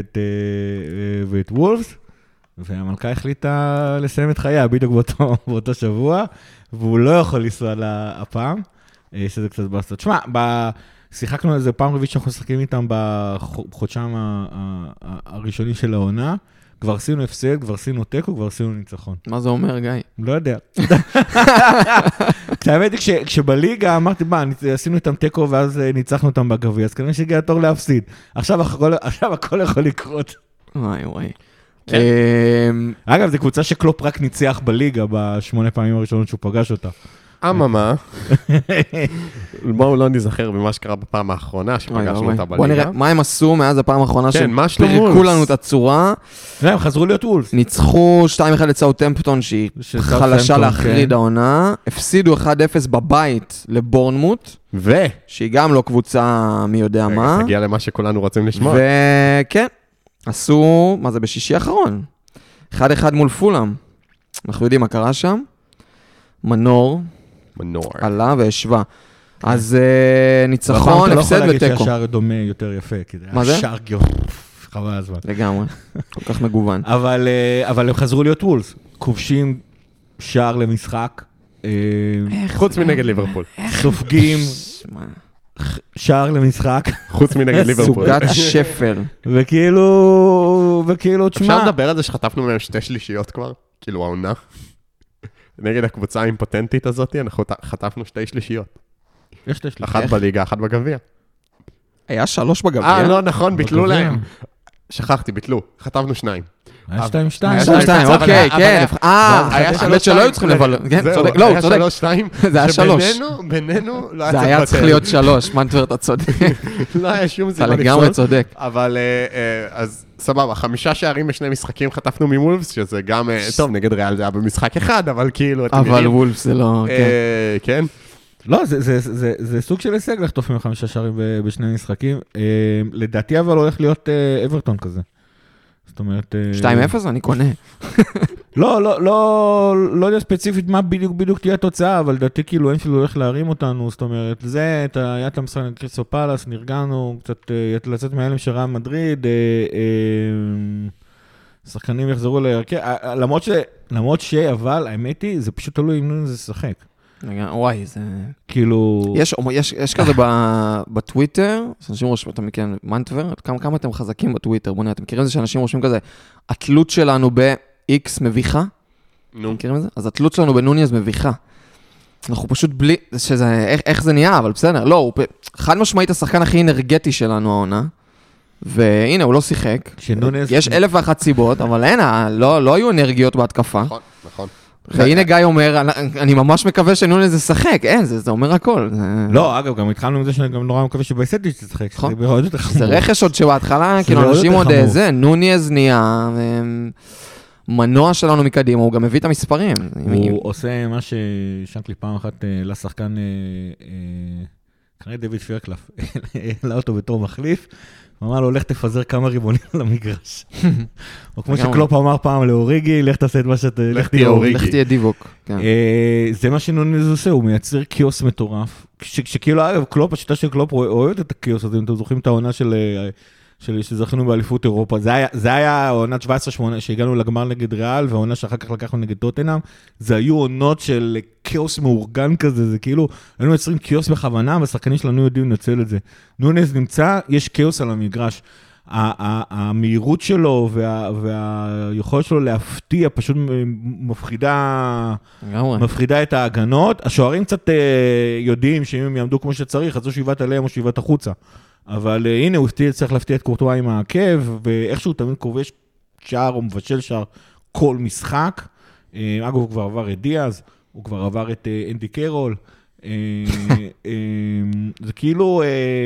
ואת וולפס, והמלכה החליטה לסיים את חייה בדיוק באותו, באותו שבוע, והוא לא יכול לנסוע להפעם, שזה קצת בסט. תשמע, שיחקנו על זה פעם רביעית שאנחנו משחקים איתם בחודשיים הראשונים של העונה, כבר עשינו הפסד, כבר עשינו טקו, כבר עשינו ניצחון. מה זה אומר, גיא? לא יודע. האמת היא, כשבליגה אמרתי, מה, עשינו איתם טקו ואז ניצחנו אותם בגביע, אז כנראה שהגיע התור להפסיד. עכשיו הכל יכול לקרות. וואי וואי. אגב, זו קבוצה שקלופ רק ניצח בליגה בשמונה פעמים הראשונות שהוא פגש אותה. אממה, בואו לא נזכר במה שקרה בפעם האחרונה שפגשנו אותה בליגה. בואו נראה מה הם עשו מאז הפעם האחרונה שפרקו לנו את הצורה. הם חזרו להיות וולס. ניצחו שתיים אחד לסאות'המפטון שהיא חלשה להחריד העונה. הפסידו אחד אפס בבית לבורנמוט. ו? שהיא גם לא קבוצה מי יודע מה. תגיע למה שכולנו רוצים לשמוע. וכן, עשו, מה זה בשישי האחרון? אחד אחד מול פולאם. אנחנו יודעים מה קרה שם. מנור. מנור. עלה והשווה. אז ניצחון, הפסד ותיקו. אתה לא יכול להגיד שהשער דומה יותר יפה, כי זה היה שער גיון. חבל הזמן. לגמרי. כל כך מגוון. אבל הם חזרו להיות וולס. כובשים שער למשחק. חוץ מנגד ליברפול. סופגים שער למשחק. חוץ מנגד ליברפול. סוגת שפר. וכאילו, וכאילו, תשמע. אפשר לדבר על זה שחטפנו מהם שתי שלישיות כבר? כאילו העונה. נגד הקבוצה האימפוטנטית הזאת, אנחנו חטפנו שתי שלישיות. יש שתי שליש. אחת בליגה, אחת בגביע. היה שלוש בגביע. אה, לא, נכון, ביטלו בגביע. להם. שכחתי, ביטלו. חטפנו שניים. היה שתיים שתיים. היה שתיים שתיים, אבל אוקיי, היה- כן. אבל אה, היה האמת שלוש שלא היו שתיים. צריכים לבלות. כן, זהו, צודק. לא, הוא היה צודק. שלוש שתיים. זה היה שלוש. שבינינו, בינינו, לא היה זה צריך היה צריך לוותר. להיות שלוש, מנטוור, אתה צודק. לא היה שום אתה סיבה לגמרי לפסול. צודק. אבל אה, אה, אז סבבה, חמישה שערים בשני משחקים חטפנו ממולפס, שזה גם, אה, טוב, נגד ריאל זה היה במשחק אחד, אבל כאילו, אתם אבל יודעים. וולף זה לא... כן. אה, כן. לא, זה, זה, זה, זה סוג של הישג לחטוף עם חמישה שערים ב- בשני משחקים. אה, לדעתי אבל הולך להיות אה, אברטון כזה. זאת אומרת... אה, שתיים אפס אני קונה. לא, לא, לא, לא יודע ספציפית מה בדיוק בדיוק תהיה התוצאה, אבל לדעתי כאילו אין שלו הולך להרים אותנו, זאת אומרת, זה, אתה, היה את המשחק נגד קריסטל פלאס, נרגענו, קצת אה, לצאת מההלם של ריאל מדריד, אה, אה, שחקנים יחזרו להרכב, אה, למרות ש... למרות ש... אבל האמת היא, זה פשוט תלוי אם נונז זה שחק. וואי, זה... כאילו... יש, יש, יש כזה ב- בטוויטר, אנשים רושמים, אתה מכיר, מנטוור, כמה, כמה אתם חזקים בטוויטר, בוא נראה, אתם מכירים את זה שאנשים רושמים כזה, התלות שלנו ב-X מביכה? נו. מכירים את זה? אז התלות שלנו בנוניאז מביכה. אנחנו פשוט בלי, שזה, איך, איך זה נהיה, אבל בסדר, לא, הוא חד משמעית השחקן הכי אנרגטי שלנו העונה, והנה, הוא לא שיחק. כשנונז... יש אלף ואחת סיבות, אבל אין, לא, לא היו אנרגיות בהתקפה. נכון, נכון. והנה גיא אומר, אני, אני ממש מקווה שנונז ישחק, אין, זה, זה אומר הכל. זה... לא, אגב, גם התחלנו עם זה שאני גם נורא מקווה שבייסטיץ' תשחק, נכון. שזה מאוד יותר חמור. זה רכש עוד שבהתחלה, זה כאילו מאוד אנשים יותר עוד חמור. זה, נוניאז נהיה, מנוע שלנו מקדימה, הוא גם מביא את המספרים. הוא עושה מה ששנקלי פעם אחת לשחקן, כנראה דויד פירקלף, העלה אותו בתור מחליף, הוא אמר לו, לך תפזר כמה ריבונים על המגרש. או כמו שקלופ אמר פעם לאוריגי, לך תעשה את מה שאתה... לך תהיה אוריגי. לך תהיה דיווק. זה מה שנוניז עושה, הוא מייצר קיוס מטורף. כשכאילו, אגב, קלופ, השיטה של קלופ אוהבת את הקיוס הזה, אם אתם זוכרים את העונה של... שזכינו באליפות אירופה, זה היה, זה היה עונת שבע עשרה שמונה, שהגענו לגמר נגד ריאל, והעונה שאחר כך לקחנו נגד טוטנהאם, זה היו עונות של קיוס מאורגן כזה, זה כאילו, היינו יוצרים קיוס בכוונה, והשחקנים שלנו יודעים לנצל את זה. נונז נמצא, יש קיוס על המגרש. המהירות שלו והיכולת שלו להפתיע פשוט מפחידה, מפחידה את ההגנות. השוערים קצת יודעים שאם הם יעמדו כמו שצריך, אז או שיבת עליהם או שיבת החוצה. אבל הנה, הוא צריך להפתיע את קורטואה עם העקב, ואיכשהו תמיד כובש שער או מבשל שער כל משחק. אגב, הוא כבר עבר את דיאז, הוא כבר עבר את אנדי קרול. זה כאילו,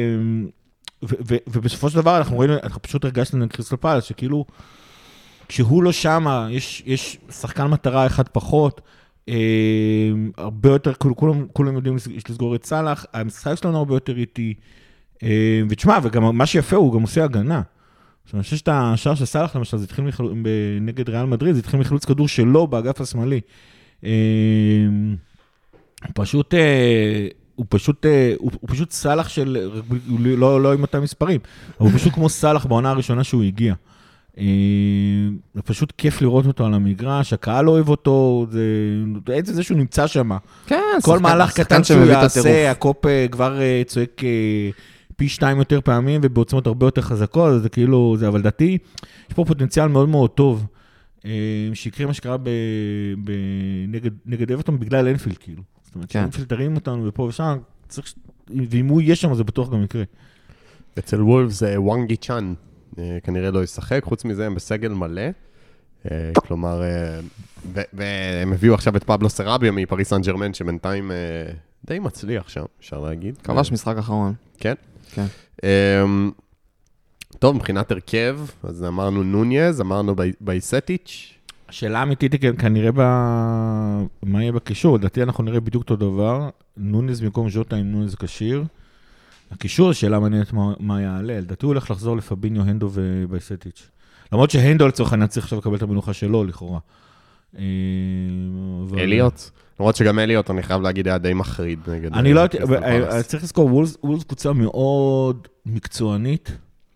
ובסופו של דבר אנחנו רואים, אנחנו פשוט הרגשנו את קריסטל פלאס, שכאילו, כשהוא לא שמה, יש שחקן מטרה אחד פחות, הרבה יותר, כולם יודעים לסגור את סלאח, המשחק שלנו הרבה יותר איטי, ותשמע, וגם מה שיפה הוא גם עושה הגנה. אני חושב שאת השער של סלאח למשל, זה התחיל נגד ריאל מדריד, זה התחיל מחילוץ כדור שלו באגף השמאלי. הוא פשוט, הוא פשוט, הוא פשוט סלאח של, לא, לא עם אותם מספרים, אבל הוא פשוט כמו סלאח בעונה הראשונה שהוא הגיע. זה פשוט כיף לראות אותו על המגרש, הקהל אוהב אותו, זה, זה שהוא נמצא שם. כן, כל מהלך קטן שהוא יעשה, הקופ כבר צועק פי שתיים יותר פעמים, ובעוצמות הרבה יותר חזקות, זה כאילו, זה, אבל דעתי, יש פה פוטנציאל מאוד מאוד טוב, שיקרה מה שקרה נגד אברטון בגלל אנפילד, כאילו. זאת אומרת, שאנפילד תרים אותנו ופה ושם, ואם הוא יהיה שם, זה בטוח גם יקרה. אצל וולף זה וואנגי צ'אן, כנראה לא ישחק, חוץ מזה הם בסגל מלא, כלומר, והם הביאו עכשיו את פבלו סרביה מפריס סן ג'רמן, שבינתיים די מצליח שם, אפשר להגיד. כבש משחק אחרון. כן? כן. טוב, מבחינת הרכב, אז אמרנו נוניאז, אמרנו בייסטיץ'. השאלה האמיתית היא כנראה מה יהיה בקישור, לדעתי אנחנו נראה בדיוק אותו דבר, נוניאז במקום ז'וטה עם נוניאז כשיר. הקישור, השאלה מעניינת מה יעלה, לדעתי הוא הולך לחזור לפביניו, הנדו ובייסטיץ'. למרות שהנדו לצורך אני צריך עכשיו לקבל את המנוחה שלו, לכאורה. אליוט? למרות שגם אליוט, אני חייב להגיד, היה די מחריד נגד... אני לא יודעת, צריך לזכור, וולס קבוצה מאוד מקצוענית,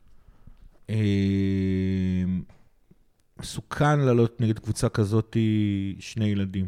מסוכן לעלות נגד קבוצה כזאת שני ילדים.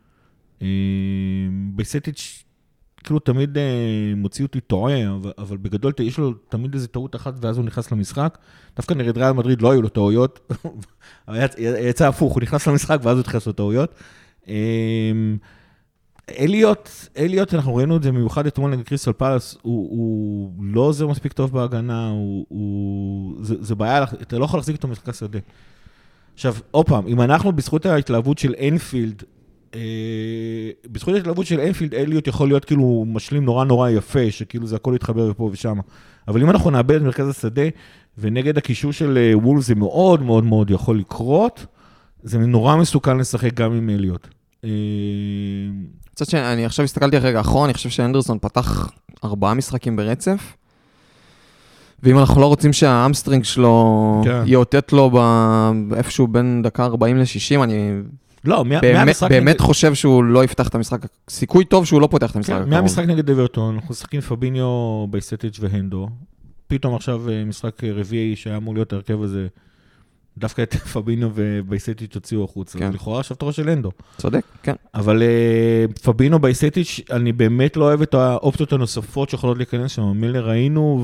בייסטיץ' כאילו תמיד מוציא אותי טועה, אבל בגדול יש לו תמיד איזו טעות אחת, ואז הוא נכנס למשחק. דווקא נגד ריאל מדריד לא היו לו טעויות, יצא הפוך, הוא נכנס למשחק, ואז הוא נכנס לו טעויות. אליוט, אליוט, אנחנו ראינו את זה מיוחד אתמול נגד קריסטל פלאס, הוא, הוא לא עוזר מספיק טוב בהגנה, הוא, הוא, זה, זה בעיה, אתה לא יכול להחזיק אותו משחק שדה. עכשיו, עוד פעם, אם אנחנו בזכות ההתלהבות של אנפילד, אה, בזכות ההתלהבות של אנפילד, אליוט יכול להיות כאילו משלים נורא נורא יפה, שכאילו זה הכל יתחבר פה ושם. אבל אם אנחנו נאבד את מרכז השדה, ונגד הקישור של וולף זה מאוד מאוד מאוד יכול לקרות, זה נורא מסוכן לשחק גם עם אליוט. קצת שאני עכשיו הסתכלתי רגע אחרון, אני חושב שאנדרסון פתח ארבעה משחקים ברצף, ואם אנחנו לא רוצים שהאמסטרינג שלו יאותת לו איפשהו בין דקה ארבעים ל-שישים, אני באמת חושב שהוא לא יפתח את המשחק, סיכוי טוב שהוא לא פותח את המשחק. מהמשחק נגד אברטון, אנחנו משחקים פביניו, בייסטיץ' והנדו, פתאום עכשיו משחק רביעי שהיה אמור להיות הרכב הזה, דווקא את פבינו ובייסטיץ' הוציאו החוץ, לכאורה עכשיו תורה של אנדו. צודק, כן. אבל פבינו ובייסטיץ', אני באמת לא אוהב את האופציות הנוספות שיכולות להיכנס שם, מילר ראינו,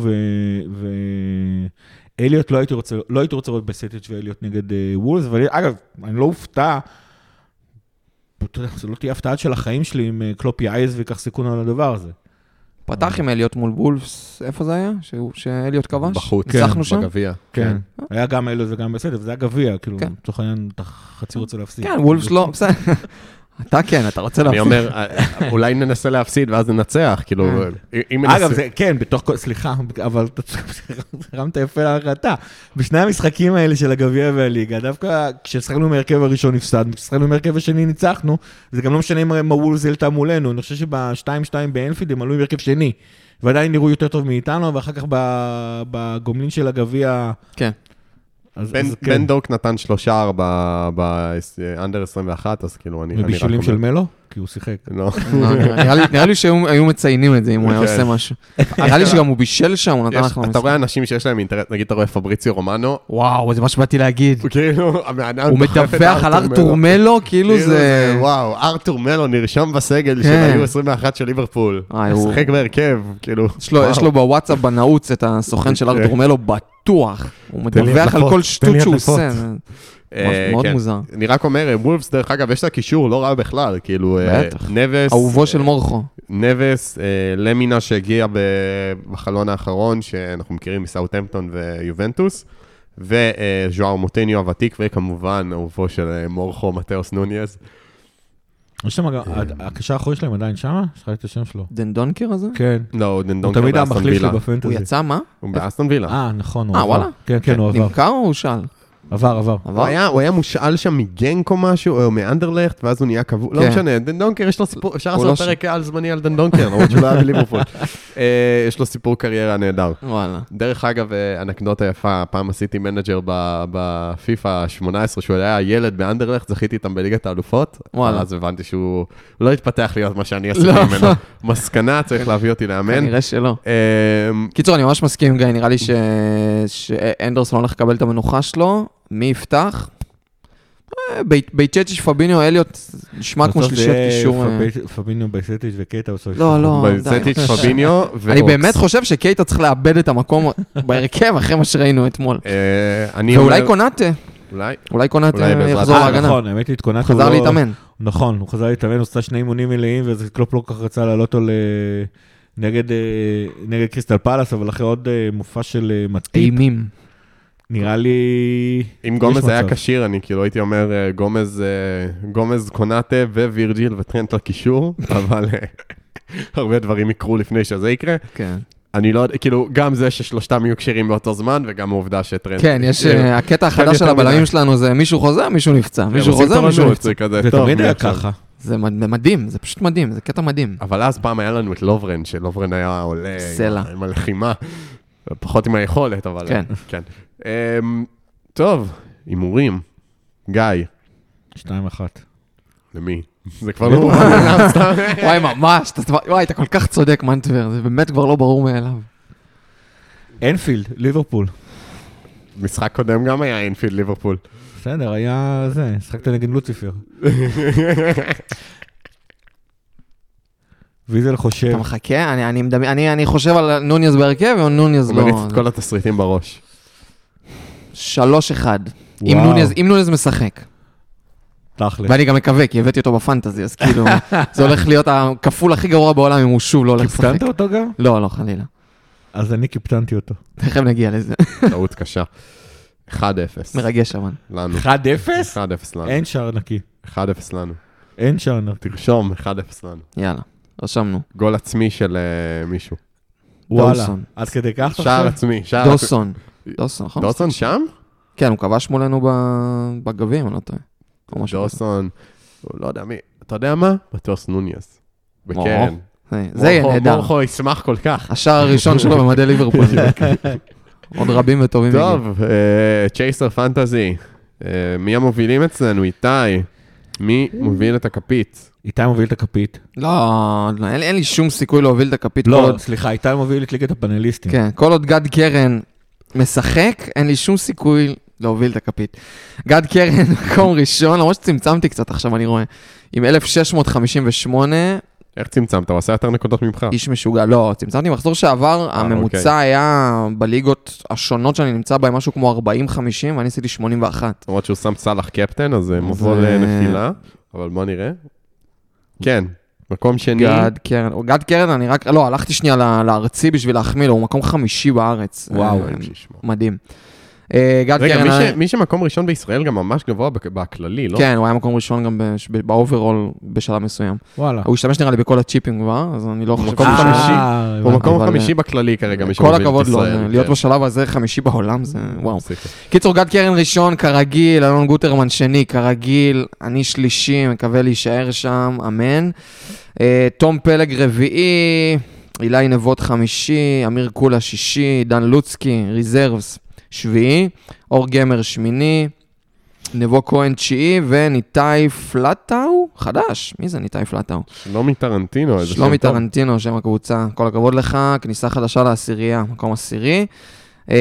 ואליוט לא הייתי רוצה, לא הייתי רוצה לראות בייסטיץ' ואליוט נגד וולס, אבל אגב, אני לא אופתע, זה לא תהיה הפתעה של החיים שלי אם קלופ יעז ויקח סיכון על הדבר הזה. פתח עם אליוט מול וולפס, איפה זה היה? שאליוט כבש? בחוץ, בגביע. כן, היה גם אליוט וגם בסדר, וזה היה גביע, כאילו, תוך העניין, אתה חצי רוצה להפסיד. כן, וולפס לא, בסדר. אתה כן, אתה רוצה להפסיד. אני אומר, אולי ננסה להפסיד ואז ננצח, כאילו, אגב, זה, כן, בתוך, סליחה, אבל הרמת יפה להחלטה. בשני המשחקים האלה של הגביע והליגה, דווקא כששחקנו מהרכב הראשון נפסד, כששחקנו מהרכב השני ניצחנו, זה גם לא משנה אם וולפס העלתה מולנו, אני חושב שב-שתיים שתיים באנפילד הם עלו עם הרכב שני, ועדיין נראו יותר טוב מאיתנו, ואחר כך בגומלין של הגביע... כן. בן דוק נתן שלושה ארבע באנדר עשרים ואחת, אז כאילו אני... ובישולים של מלו? כי הוא שיחק. לא. נראה לי שהיו מציינים את זה אם הוא היה עושה משהו. נראה לי שגם הוא בישל שם, הוא נתן לך למשחק. אתה רואה אנשים שיש להם אינטרנט, נגיד אתה רואה פבריציו רומנו. וואו, זה מה שבאתי להגיד. הוא הוא מדווח על ארתור מלו, כאילו זה... וואו, ארתור מלו נרשם בסגל של היו עשרים ואחת של ליברפול. משחק בהרכב, כאילו. יש לו בוואטסאפ בנעוץ את הסוכן של ארתור מלו בטוח. הוא מדווח על כל שטות שהוא עושה. מאוד מוזר. אני רק אומר, וולפס דרך אגב, יש לה קישור לא רע בכלל, כאילו, נבס... אהובו של מורכו. נבס, למינה שהגיע בחלון האחרון, שאנחנו מכירים מסאוטהמפטון ויובנטוס, וז'ואר מוטניו הוותיק, וכמובן, אהובו של מורכו, מתאוס נוניאז. יש שם, הקשר האחורי שלהם עדיין שמה? יש לך את השם שלו. דנדונקר הזה? כן. לא, דנדונקר הוא תמיד המחליף שלו בפנטזי. הוא יצא מה? הוא באסטון וילה. אה, נכון, הוא עבר. אה, וואלה? כן, כן, הוא עבר. נמכר או הוא שאל? עבר, עבר. הוא היה מושאל שם מגנק או משהו, או מאנדרלכט, ואז הוא נהיה קבוע. לא משנה, דנדונקר, יש לו סיפור, אפשר לעשות פרק על זמני על דנדונקר, למרות שהוא לא היה בליברפול. יש לו סיפור קריירה נהדר. וואלה. דרך אגב, אנקדוטה יפה, פעם עשיתי מנג'ר בפיפה שמונה עשרה, שהוא היה ילד באנדרלכט, זכיתי איתם בליגת האלופות. וואלה. אז הבנתי שהוא לא התפתח להיות מה שאני עשיתי ממנו. מסקנה, צריך להביא אותי לאמן. כנראה שלא. קיצור, אני ממש מסכים עם גיא, נראה לי שאנדרסון הולך לקבל את המנוחה שלו. מי יפתח? בייצ'ץ' פביניו, אליוט, נשמע כמו שלישיות קישור. פביניו, בייסטיץ' וקייטה. לא, לא. בייסטיץ' פביניו ואוקס. אני באמת חושב שקייטה צריך לאבד את המקום בהרכב אחרי מה שראינו אתמול. ואולי קונאטה. אולי. אולי קונאטה יחזור להגנה. נכון, האמת היא, קונאטה חזר להתאמן. נכון, הוא חזר להתאמן, הוא עושה שני אימונים מלאים, וזה קלופ לא כך רצה לעלות אותו נגד קריסטל פלאס, אבל אחרי עוד מופע של מטיפ. אימים. נראה לי... אם גומז היה קשיר, אני כאילו הייתי אומר, גומז, גומז קונאטה ווירג'יל וטרנט לקישור, אבל הרבה דברים יקרו לפני שזה יקרה. כן. אני לא יודע, כאילו, גם זה ששלושתם יהיו קשירים באותו זמן, וגם העובדה שטרנט... כן, יש, הקטע החדש של הבלמים שלנו זה מישהו חוזר, מישהו נפצע. מישהו חוזר, מישהו נפצע. זה תמיד היה ככה. זה מדהים, זה פשוט מדהים, זה קטע מדהים. אבל אז פעם היה לנו את לוברן, שלוברן היה עולה עם הלחימה. פחות עם היכולת, אבל... כן. כן. טוב, הימורים. גיא. שתיים אחת. למי? זה כבר לא... וואי, ממש. וואי, אתה כל כך צודק, מנטבר. זה באמת כבר לא ברור מאליו. אנפילד, ליברפול. משחק קודם גם היה אנפילד, ליברפול. בסדר, היה זה. שחקת נגד לוציפר. ויזל חושב... אתה מחכה? אני, אני, מדמי, אני, אני חושב על נוניאז בהרכב, או נוניאז לא... הוא מריץ את כל התסריטים בראש. שלוש אחד. אם נוניאז, אם נוניאז משחק. תכל'ס. ואני גם מקווה, כי הבאתי אותו בפנטזי, אז כאילו, זה הולך להיות הכפול הכי גרוע בעולם אם הוא שוב לא הולך לשחק. קיפטנת אותו גם? לא, לא, חלילה. אז אני קיפטנתי אותו. תכף נגיע לזה. טעות קשה. אחד אפס. מרגש אמן. לנו. אחד אפס? אחד אפס לנו. אין שער נקי. אחד אפס לנו. אין שער נקי. תרשום, אחד אפס לנו. יאללה, רשמנו. גול עצמי של uh, מישהו. וואלה. דוסון. עד כדי כך שער עכשיו? עצמי. שער דוסון. דוסון, נכון? דוסון שם? כן, הוא כבש מולנו ב- בגבים, אני לא טועה. או משהו כזה. דוסון, הוא לא יודע מי, אתה יודע מה? מטוס נוניאז. בקרן. זה- זה יהיה נהדר. מורכו ישמח כל כך. השער הראשון שלו במדי ליברפול. עוד רבים וטובים. הגיעו. טוב, צ'ייסר פנטזי. מי המובילים אצלנו? איתי. מי מוביל את הכפית? איתי מוביל את הכפית. לא, לא, אין לי- אין לי שום סיכוי להוביל את הכפית. כל לא, עוד- סליחה, איתי מוביל את ליגת הפאנליסטים. כן, כל עוד גד קרן משחק, אין לי שום סיכוי להוביל את הכפית. גד קרן, מקום ראשון, למרות שצמצמתי קצת עכשיו, אני רואה, עם אלף שש מאות חמישים ושמונה, איך צמצמת? הוא עשה יותר נקודות ממך. איש משוגע. לא, צמצמתי מחזור שעבר, הממוצע אוקיי. היה בליגות השונות שאני נמצא בהן, משהו כמו ארבעים חמישים, ואני עשיתי שמונים ואחת. למרות שהוא שם סלח קפטן, אז זה מבוא זה- לנפילה. אבל בוא נראה. כן, מקום שני. גד קרן, גד קרן, אני רק, לא, הלכתי שנייה ל- לארצי בשביל להחמיא לו, הוא מקום חמישי בארץ. וואו, אה, אין שישמע. מדהים. אה, גד רגע, קרן, מי ש- היה- מי שמקום ראשון בישראל גם ממש גבוה בכ- בכללי, לא? כן, הוא היה מקום ראשון גם בש- באוברול בשלב מסוים. וואלה. הוא השתמש נראה לי בכל הצ'יפים כבר, אז אני לא חושב... מקום שהוא- חמישי. אה, הוא מקום אבל- חמישי בכללי כרגע, מי כל שמוביל את הכבוד לו, ישראל. להיות כן. בשלב הזה חמישי בעולם זה וואו. סליחה. קיצור, גד קרן ראשון, כרגיל, אלון גוטרמן שני, כרגיל, אני שלישי, מקווה להישאר שם, אמן. אה, תום פלג רביעי, אילי נבות חמישי, אמיר קולה שישי, דן לוצקי, ריזרבס שביעי, אור גמר שמיני, נבו כהן תשיעי, וניטאי פלטאו, חדש, מי זה ניטאי פלטאו? שלומי טרנטינו, איזה שם שלומי טוב. טרנטינו, שם הקבוצה, כל הכבוד לך, כניסה חדשה לעשירייה, מקום עשירי. אה,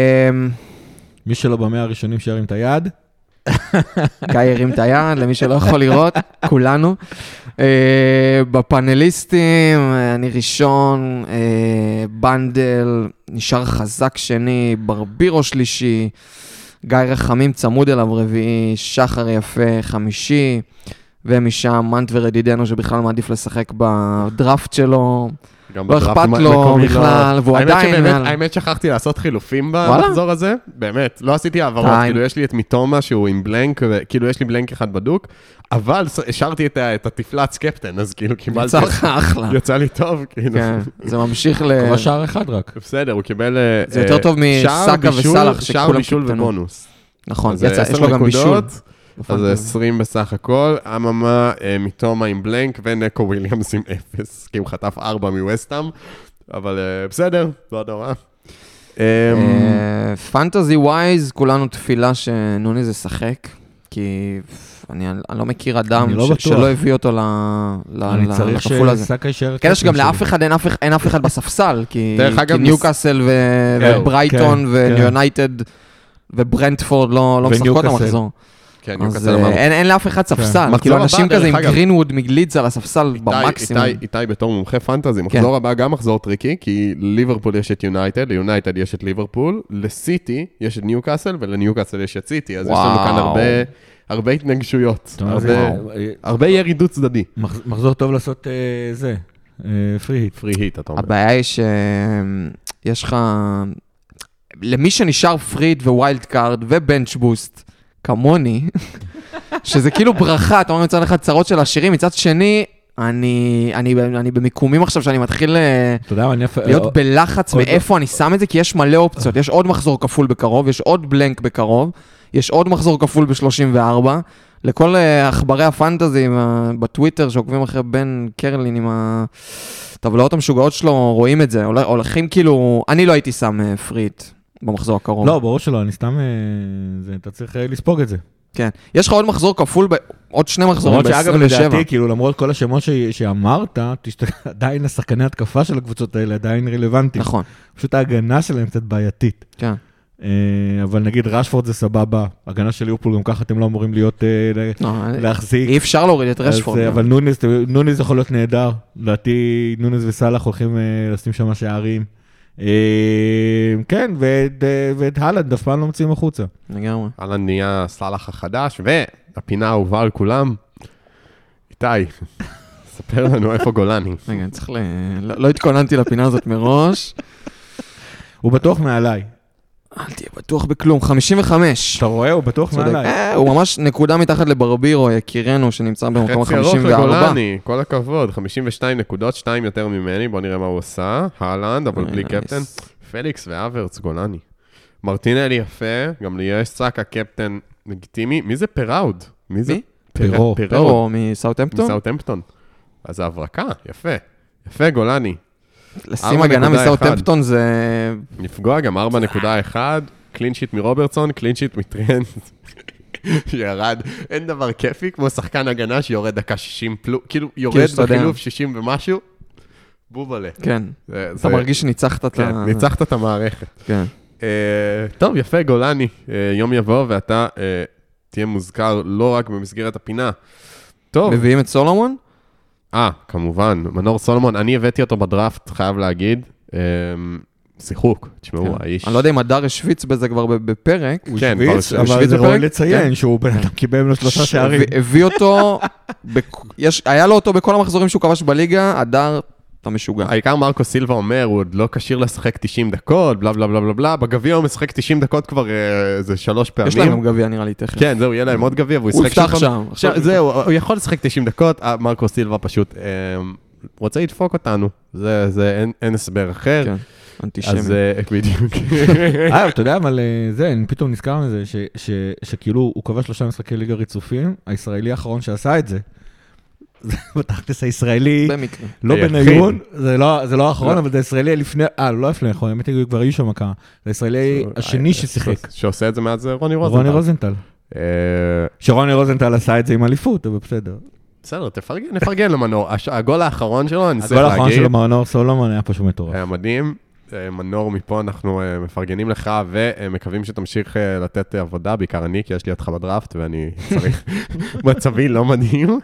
מי שלא במאה הראשונים שירים את היד. גיא הרים את היד, למי שלא יכול לראות, כולנו. אה, בפאנליסטים, אה, אני ראשון, אה, בנדל, נשאר חזק שני, ברבירו שלישי, גיא רחמים צמוד אליו רביעי, שחר יפה חמישי, ומשם מנט ורדידנו שבכלל מעדיף לשחק בדראפט שלו. גם לא בדראפט אכפת לו מקומי לא. בכלל, והוא האמת עדיין שבאמת- מעל- האמת שכחתי לעשות חילופים וואלה? במחזור הזה, באמת, לא עשיתי העברות, די. כאילו יש לי את מיטומה שהוא עם בלנק, כאילו יש לי בלנק אחד בדוק, אבל השארתי את ה- את התפלץ קפטן, אז כאילו קיבלתי, יצא לך אחלה. יצא לי טוב, כאילו. כן, זה ממשיך ל... קבע שער אחד רק. בסדר, הוא קיבל... אה, זה יותר טוב שער, מסאקה בישול- וסלאח, שער שכולם בישול קיפטנו. ובונוס. נכון, אז יצא, עשר יש לו גם בישול. נקודות, אז עשרים בסך הכל, אממה, אה, מיטומה עם בלנק ונקו וויליאמס עם אפס, כי הוא חטף ארבע מווסטאם, אבל אה, בסדר, לא נורא. אמ, פנטזי ווייז, כולנו תפילה שנוניז ישחק, כי אני אני לא מכיר אדם אני לא ש- בטוח. שלא הביא אותו ל- ל- אני ל- צריך לכפול הזה. שסאקה יישאר... כן, שגם קפטן לאף שלי. אחד אין אף אחד- אין אף אחד בספסל, כי דרך אגב, כי מס- ניוקאסל ו- זהו, וברייטון כן, ויונייטד וברנטפורד לא לא משחקות וניוקאסל. במחזור. כן, אז ניוקאסל אה, אמרנו. אין אין לאף אחד ספסל, מחזור כאילו הבא, אנשים דרך כזה עם אגב. גרינווד מגלידס על הספסל איתי- במקסימום. איתי- איתי בתור מומחה פנטזי, כן. מחזור הבא גם מחזור טריקי, כי ליברפול יש את יונייטד, ליונייטד יש את ליברפול, לסיטי יש את ניוקאסל, ולניוקאסל יש את סיטי, אז יש לנו כאן וואו. הרבה, הרבה התנגשויות, זאת אומרת, הרבה- זה- הרבה ירידות צדדי. מח- מחזור טוב לעשות אה, זה, פרי היט. פרי היט, אתה אומר. הבעיה היא שיש לך, למי שנשאר פריד ווילד קארד ובנץ' בוסט, כמוני, שזה כאילו ברכה, אתה אומר מצד אחד צרות של עשירים, מצד שני, אני, אני, אני במיקומים עכשיו שאני מתחיל אה, אתה יודע מה, אני... אפ- להיות בלחץ עוד- מאיפה אני שם את זה, כי יש מלא אופציות, יש עוד מחזור כפול בקרוב, יש עוד בלנק בקרוב, יש עוד מחזור כפול ב-שלושים וארבע, לכל אה, עכברי הפנטזי אה, בטוויטר שעוקבים אחרי בן קרלין עם הטבלאות המשוגעות שלו, רואים את זה, הול- הולכים כאילו, אני לא הייתי שם אה, פריט במחזור הקרוב. לא, ברור שלא, אני סתם... אה, זה- אתה צריך אה, לספוג את זה. כן. יש לך עוד מחזור כפול, ב... עוד שני מחזורים למרות שאגב, ב-עשרים ושבע. לדעתי, כאילו, למרות כל השמות ש- שאמרת, תשת- עדיין השחקני התקפה של הקבוצות האלה עדיין רלוונטיים. נכון, פשוט ההגנה שלהם קצת בעייתית. כן. אה, אבל נגיד רשפורד זה סבבה, הגנה של ליברפול גם ככה אתם לא אמורים להיות, אה, ל- לא, להחזיק. אי אפשר להוריד את אז, רשפורד. אה, אבל נוניז, נוניז יכול להיות נהדר. לדעתי נוניז וסלאח הולכים אה, לשים שם שערים. אה, כן, ואת, אה, ואת הלנד אף פעם לא מוציאים החוצה. לגמרי. אהלן נהיה סלאח החדש, הפינה האהובה על כולם. איתי, ספר לנו איפה גולני. רגע, אני צריך ל... לא התכוננתי לפינה הזאת מראש. הוא בטוח מעליי. אל תהיה בטוח בכלום, חמישים וחמש. אתה רואה? הוא בטוח מעליי. הוא ממש נקודה מתחת לברבירו, יקירנו, שנמצא במקום חצי ארוך ה-חמישים וארבע. לגולני, כל הכבוד, חמישים ושתיים נקודות, שתיים יותר ממני, בוא נראה מה הוא עושה. הלנד, אבל בלי קפטן. פליקס ואברץ, גולני. מרטינלי יפה, גם ליאש צק, הקפטן לגיטימי. מי זה פראוד? מי זה? פירו. פירו מסאוטהמפטון? מסאוטהמפטון. אז זה הברקה, יפה. יפה, גולני. לשים הגנה מסאוטהמפטון זה... נפגוע גם ארבע נקודה אחת, קלינשיט מרוברטסון, קלינשיט מטרנד. ירד, אין דבר כיפי, כמו שחקן הגנה שיורד דקה שישים פלוס, כאילו יורד בחילוף שישים ומשהו, בובלה. כן, אתה מרגיש שניצחת את ה... כן, ניצחת את המערכת. כן. טוב, יפה, גולני, יום יבוא ואתה תהיה מוזכר לא רק במסגרת הפינה. טוב. מביאים את סולומון? אה, כמובן, מנור סולומון, אני הבאתי אותו בדראפט, חייב להגיד, שיחוק, תשמעו, האיש... אני לא יודע אם הדר השוויץ בזה כבר בפרק. הוא שוויץ, אבל זה ראוי לציין שהוא בן אדם קיבל לו שלושה שערים. הביא אותו, היה לו אותו בכל המחזורים שהוא כבש בליגה, הדר... אתה משוגע. העיקר מרקו סילבה אומר, הוא עוד לא קשיר לשחק תשעים דקות, בלה בלה בלה בלה בלה, בגביע הוא משחק תשעים דקות כבר איזה שלוש פעמים. יש להם גם גביע נראה לי תכף. כן, זהו, יהיה להם עוד גביע, והוא ישחק שם. הוא יפתח שם. זהו, הוא יכול לשחק תשעים דקות, מרקו סילבה פשוט רוצה לדפוק אותנו, זה אין הסבר אחר. כן, אנטישמי. אז בדיוק. אה, אתה יודע, אבל זה, אני פתאום נזכר מזה, שכאילו הוא קובע שלושה משחקי ליגה ריצופים, הישראלי האחרון שעשה את זה. זה בתכלס הישראלי, לא בניון, זה לא האחרון, אבל זה הישראלי לפני, אה, לא לפני האחרון, האמת היא כבר היו שם כמה, זה הישראלי השני ששיחק. שעושה את זה מאז רוני רוזנטל. רוני רוזנטל. שרוני רוזנטל עשה את זה עם אליפות, אבל בסדר. בסדר, נפרגן למנור. הגול האחרון שלו, אני צריך הגול להגיד. האחרון שלו, מנור סולומון, היה פשוט מטורף. היה מדהים. מנור, מפה אנחנו מפרגנים לך ומקווים שתמשיך לתת עבודה, בעיקר אני, כי יש לי אותך בדראפט ואני צריך מצבי לא מדהים.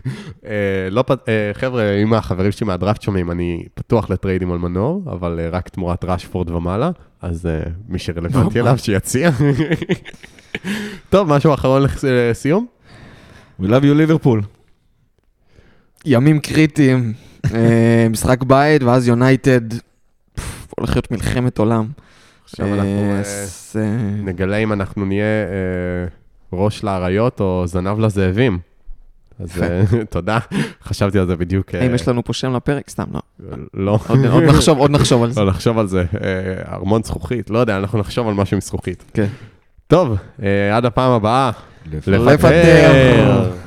חבר'ה, אם החברים שלי מהדראפט שומעים, אני פתוח לטריידים על מנור, אבל רק תמורת רשפורד ומעלה, אז מי שרלוונטי אליו שיציע. טוב, משהו אחרון לסיום? We love you Liverpool. ימים קריטיים, משחק בית, ואז יונייטד, הולך להיות מלחמת עולם. עכשיו אנחנו נגלה אם אנחנו נהיה ראש לאריות או זנב לזאבים. אז תודה, חשבתי על זה בדיוק. האם יש לנו פה שם לפרק? סתם, לא. לא. עוד נחשוב, עוד נחשוב על זה. לא, נחשוב על זה. ארמון זכוכית, לא יודע, אנחנו נחשוב על משהו עם זכוכית. כן. טוב, עד הפעם הבאה. לפטר.